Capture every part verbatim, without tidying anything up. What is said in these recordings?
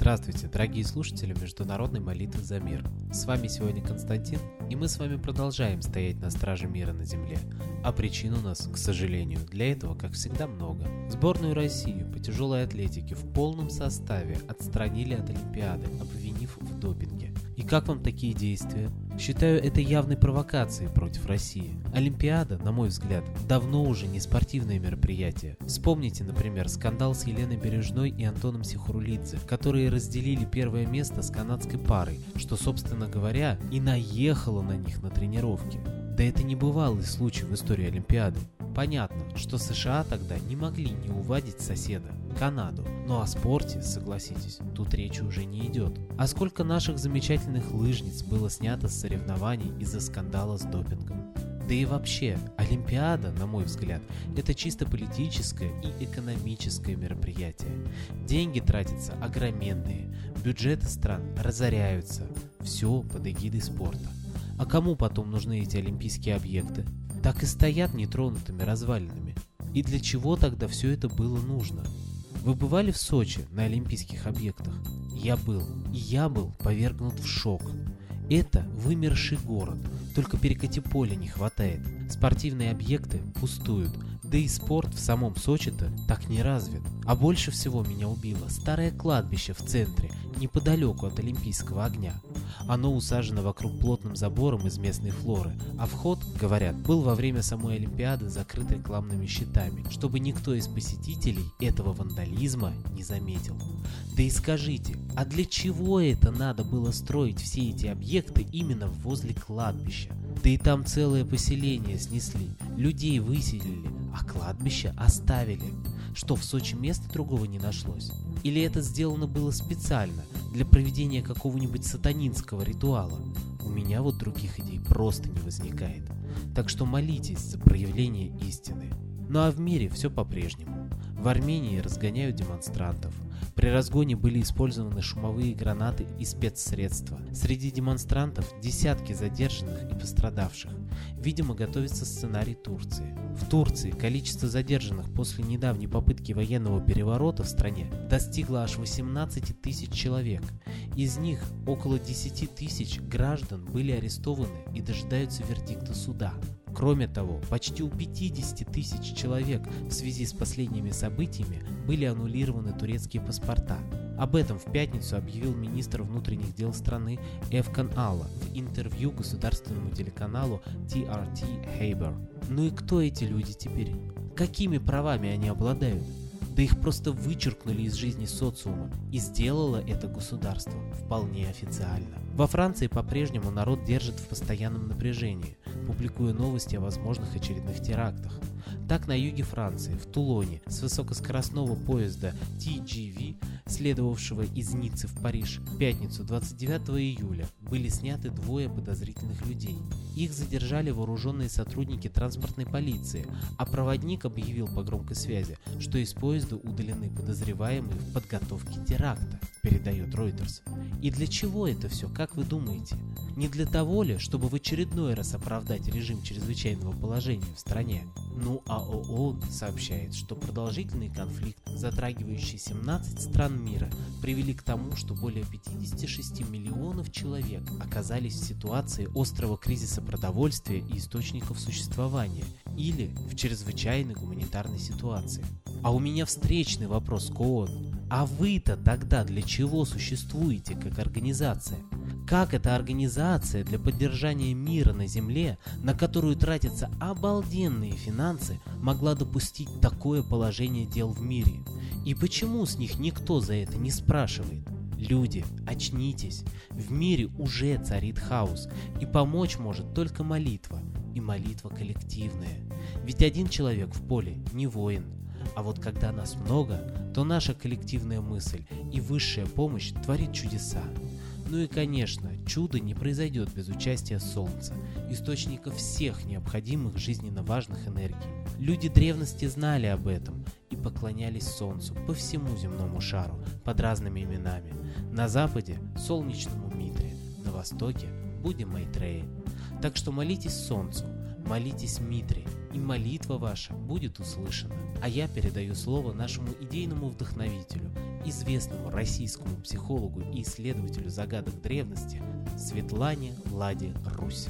Здравствуйте, дорогие слушатели Международной молитвы за мир. С вами сегодня Константин, и мы с вами продолжаем стоять на страже мира на земле. А причин у нас, к сожалению, для этого, как всегда, много. Сборную России по тяжелой атлетике в полном составе отстранили от Олимпиады, обвинив в допинге. И как вам такие действия? Считаю это явной провокацией против России. Олимпиада, на мой взгляд, давно уже не спортивное мероприятие. Вспомните, например, скандал с Еленой Бережной и Антоном Сихорулидзе, которые разделили первое место с канадской парой, что, собственно говоря, и наехало на них на тренировке. Да это небывалый случай в истории Олимпиады. Понятно, что США тогда не могли не уводить соседа, Канаду. Но о спорте, согласитесь, тут речи уже не идет. А сколько наших замечательных лыжниц было снято с соревнований из-за скандала с допингом? Да и вообще, Олимпиада, на мой взгляд, это чисто политическое и экономическое мероприятие. Деньги тратятся огроменные, бюджеты стран разоряются. Все под эгидой спорта. А кому потом нужны эти олимпийские объекты? Так и стоят нетронутыми развалинами. И для чего тогда все это было нужно? Вы бывали в Сочи на олимпийских объектах? Я был. И я был повергнут в шок. Это вымерший город. Только перекати поля не хватает. Спортивные объекты пустуют. Да и спорт в самом Сочи-то так не развит. А больше всего меня убило старое кладбище в центре, неподалеку от Олимпийского огня. Оно усажено вокруг плотным забором из местной флоры, а вход, говорят, был во время самой Олимпиады закрыт рекламными щитами, чтобы никто из посетителей этого вандализма не заметил. Да и скажите, а для чего это надо было строить все эти объекты именно возле кладбища? Да и там целое поселение снесли, людей выселили, а кладбище оставили. Что, в Сочи места другого не нашлось? Или это сделано было специально, для проведения какого-нибудь сатанинского ритуала? У меня вот других идей просто не возникает. Так что молитесь за проявление истины. Ну а в мире все по-прежнему. В Армении разгоняют демонстрантов. При разгоне были использованы шумовые гранаты и спецсредства. Среди демонстрантов десятки задержанных и пострадавших. Видимо, готовится сценарий Турции. В Турции количество задержанных после недавней попытки военного переворота в стране достигло аж восемнадцати тысяч человек. Из них около десяти тысяч граждан были арестованы и дожидаются вердикта суда. Кроме того, почти у пятидесяти тысяч человек в связи с последними событиями были аннулированы турецкие паспорта. Об этом в пятницу объявил министр внутренних дел страны Эвкан Ала в интервью государственному телеканалу ти ар ти Haber. Ну и кто эти люди теперь? Какими правами они обладают? Да их просто вычеркнули из жизни социума, и сделало это государство вполне официально. Во Франции по-прежнему народ держит в постоянном напряжении, публикуя новости о возможных очередных терактах. Так, на юге Франции, в Тулоне, с высокоскоростного поезда ти джи ви, следовавшего из Ниццы в Париж, в пятницу двадцать девятого июля были сняты двое подозрительных людей. Их задержали вооруженные сотрудники транспортной полиции, а проводник объявил по громкой связи, что из поезда удалены подозреваемые в подготовке теракта, передает Reuters. И для чего это все, как вы думаете? Не для того ли, чтобы в очередной раз оправдать режим чрезвычайного положения в стране? Ну а ООН сообщает, что продолжительный конфликт, затрагивающий семнадцать стран мира, привели к тому, что более пятидесяти шести миллионов человек оказались в ситуации острого кризиса продовольствия и источников существования или в чрезвычайной гуманитарной ситуации. А у меня встречный вопрос к ООН. А вы-то тогда для чего существуете как организация? Как эта организация для поддержания мира на Земле, на которую тратятся обалденные финансы, могла допустить такое положение дел в мире? И почему с них никто за это не спрашивает? Люди, очнитесь! В мире уже царит хаос, и помочь может только молитва, и молитва коллективная. Ведь один человек в поле не воин. А вот когда нас много, то наша коллективная мысль и высшая помощь творит чудеса. Ну и, конечно, чудо не произойдет без участия Солнца, источника всех необходимых жизненно важных энергий. Люди древности знали об этом и поклонялись Солнцу по всему земному шару под разными именами. На западе – солнечному Митре, на востоке – Будде Майтреи. Так что молитесь Солнцу, молитесь Митре, и молитва ваша будет услышана. А я передаю слово нашему идейному вдохновителю и известному российскому психологу и исследователю загадок древности Светлане Ладе Русь.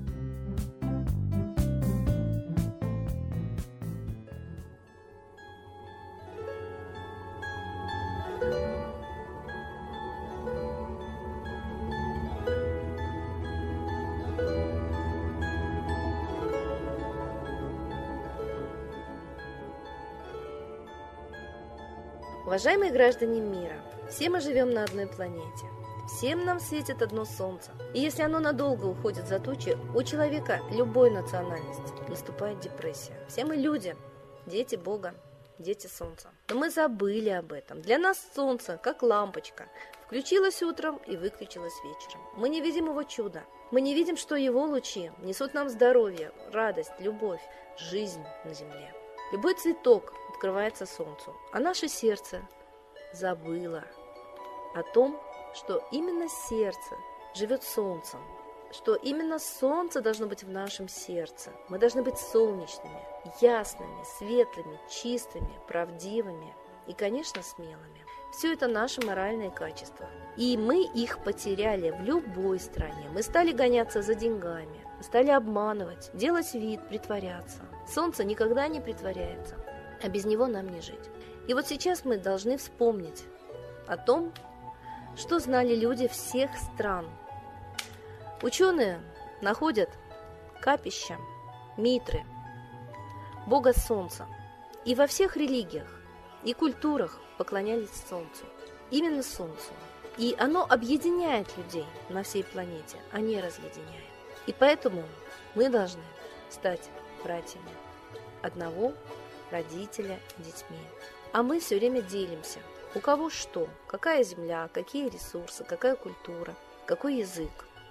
Уважаемые граждане мира, все мы живем на одной планете. Всем нам светит одно солнце. И если оно надолго уходит за тучи, у человека любой национальности наступает депрессия. Все мы люди, дети Бога, дети солнца. Но мы забыли об этом. Для нас солнце, как лампочка, включилось утром и выключилось вечером. Мы не видим его чуда. Мы не видим, что его лучи несут нам здоровье, радость, любовь, жизнь на земле. Любой цветок открывается солнцу, а наше сердце забыло о том, что именно сердце живет солнцем, что именно солнце должно быть в нашем сердце. Мы должны быть солнечными, ясными, светлыми, чистыми, правдивыми и, конечно, смелыми. Все это наши моральные качества. И мы их потеряли в любой стране. Мы стали гоняться за деньгами, стали обманывать, делать вид, притворяться. Солнце никогда не притворяется, а без него нам не жить. И вот сейчас мы должны вспомнить о том, что знали люди всех стран. Ученые находят капища Митры, бога солнца, и во всех религиях и культурах поклонялись солнцу, именно солнцу. И оно объединяет людей на всей планете, а не разъединяет. И поэтому мы должны стать братьями одного родителя детьми. А мы все время делимся. У кого что, какая земля, какие ресурсы, какая культура, какой язык.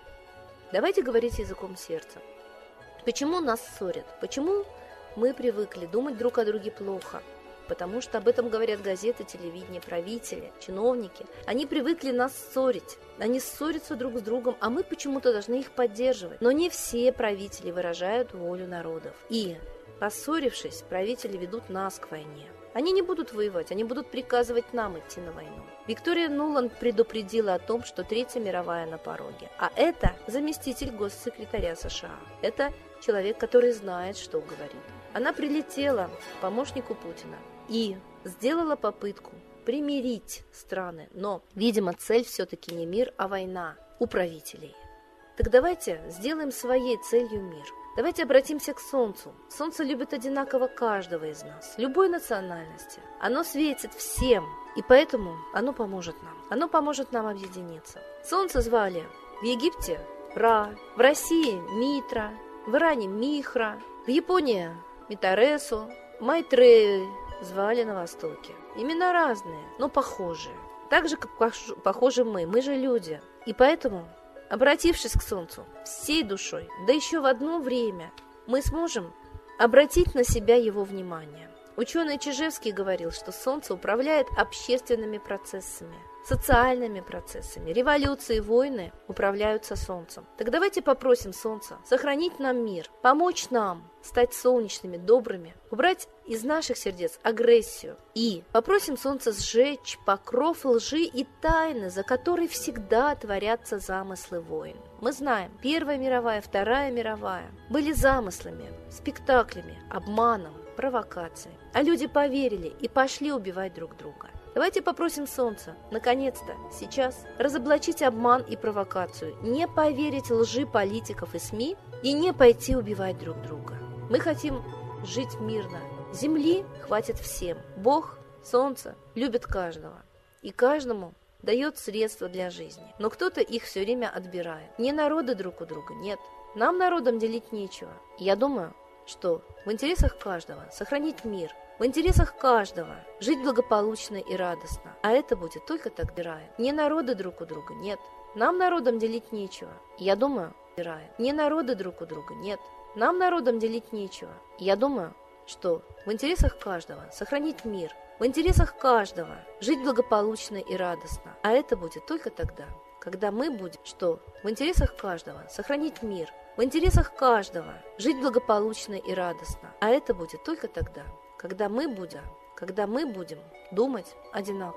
Давайте говорить языком сердца. Почему нас ссорят? Почему мы привыкли думать друг о друге плохо? Потому что об этом говорят газеты, телевидение, правители, чиновники. Они привыкли нас ссорить. Они ссорятся друг с другом, а мы почему-то должны их поддерживать. Но не все правители выражают волю народов. И, поссорившись, правители ведут нас к войне. Они не будут воевать, они будут приказывать нам идти на войну. Виктория Нуланд предупредила о том, что Третья мировая на пороге. А это заместитель госсекретаря США. Это человек, который знает, что говорит. Она прилетела к помощнику Путина и сделала попытку примирить страны. Но, видимо, цель все-таки не мир, а война у правителей. Так давайте сделаем своей целью мир. Давайте обратимся к Солнцу. Солнце любит одинаково каждого из нас, любой национальности. Оно светит всем, и поэтому оно поможет нам. Оно поможет нам объединиться. Солнце звали в Египте Ра, в России Митра, в Иране Михра, в Японии Митаресу, Майтрею звали на Востоке. Имена разные, но похожие. Так же, как похожи мы. Мы же люди. И поэтому, обратившись к Солнцу всей душой, да еще в одно время, мы сможем обратить на себя его внимание. Ученый Чижевский говорил, что Солнце управляет общественными процессами, социальными процессами. Революции, войны управляются Солнцем. Так давайте попросим Солнца сохранить нам мир, помочь нам стать солнечными, добрыми, убрать из наших сердец агрессию. И попросим Солнца сжечь покров лжи и тайны, за которой всегда творятся замыслы войн. Мы знаем, Первая мировая, Вторая мировая были замыслами, спектаклями, обманом, провокацией. А люди поверили и пошли убивать друг друга. Давайте попросим Солнца, наконец-то, сейчас, разоблачить обман и провокацию, не поверить лжи политиков и СМИ и не пойти убивать друг друга. Мы хотим жить мирно. Земли хватит всем. Бог, Солнце любит каждого. И каждому дает средства для жизни. Но кто-то их все время отбирает. Не народы друг у друга, нет. Нам, народам, делить нечего. Я думаю, что в интересах каждого сохранить мир, в интересах каждого жить благополучно и радостно. А это будет только так убирает. Не народы друг у друга, нет. Нам, народам, делить нечего. Я думаю, убирает. Не народы друг у друга, нет. Нам, народам, делить нечего. Я думаю, что в интересах каждого сохранить мир, в интересах каждого жить благополучно и радостно. А это будет только тогда, когда мы будем, что в интересах каждого сохранить мир, в интересах каждого жить благополучно и радостно. А это будет только тогда, когда мы будем, когда мы будем думать одинаково.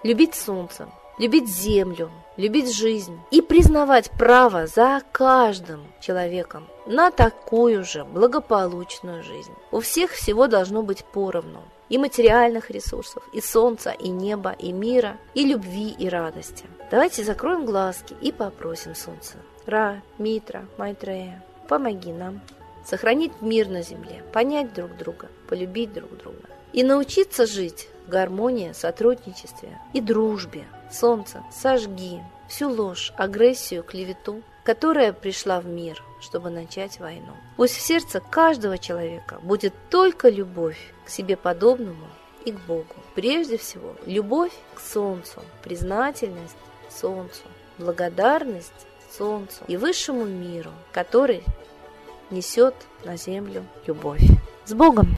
любить солнце, любить землю, любить жизнь и признавать право за каждым человеком на такую же благополучную жизнь. У всех всего должно быть поровну. И материальных ресурсов, и солнца, и неба, и мира, и любви, и радости. Давайте закроем глазки и попросим солнце. Ра, Митра, Майтрея, помоги нам сохранить мир на земле, понять друг друга, полюбить друг друга и научиться жить в гармонии, сотрудничестве и дружбе. Солнце, сожги всю ложь, агрессию, клевету, которая пришла в мир, чтобы начать войну. Пусть в сердце каждого человека будет только любовь к себе подобному и к Богу. Прежде всего, любовь к солнцу, признательность солнцу, благодарность солнцу и высшему миру, который несет на землю любовь. С Богом!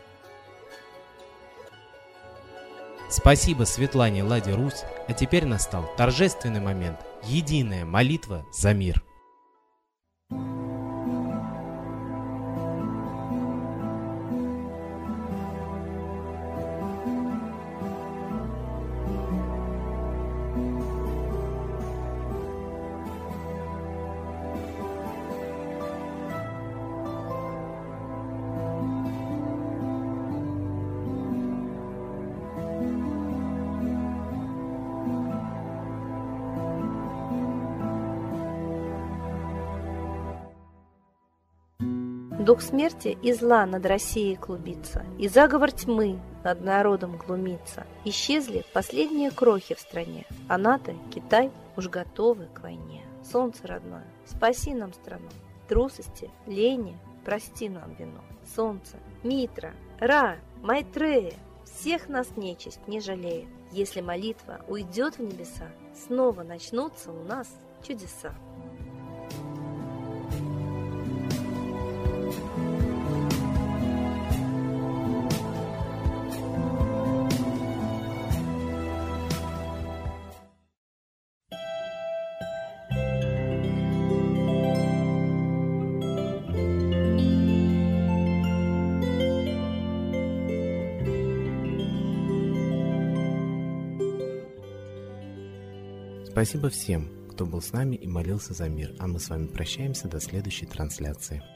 Спасибо Светлане Ладе Русь, а теперь настал торжественный момент – единая молитва за мир. Дух смерти и зла над Россией клубится, и заговор тьмы над народом глумится. Исчезли последние крохи в стране, а НАТО, Китай уж готовы к войне. Солнце родное, спаси нам страну, трусости, лени, прости нам вину. Солнце, Митра, Ра, Майтрея, всех нас нечисть не жалеет. Если молитва уйдет в небеса, снова начнутся у нас чудеса. Спасибо всем, кто был с нами и молился за мир, а мы с вами прощаемся до следующей трансляции.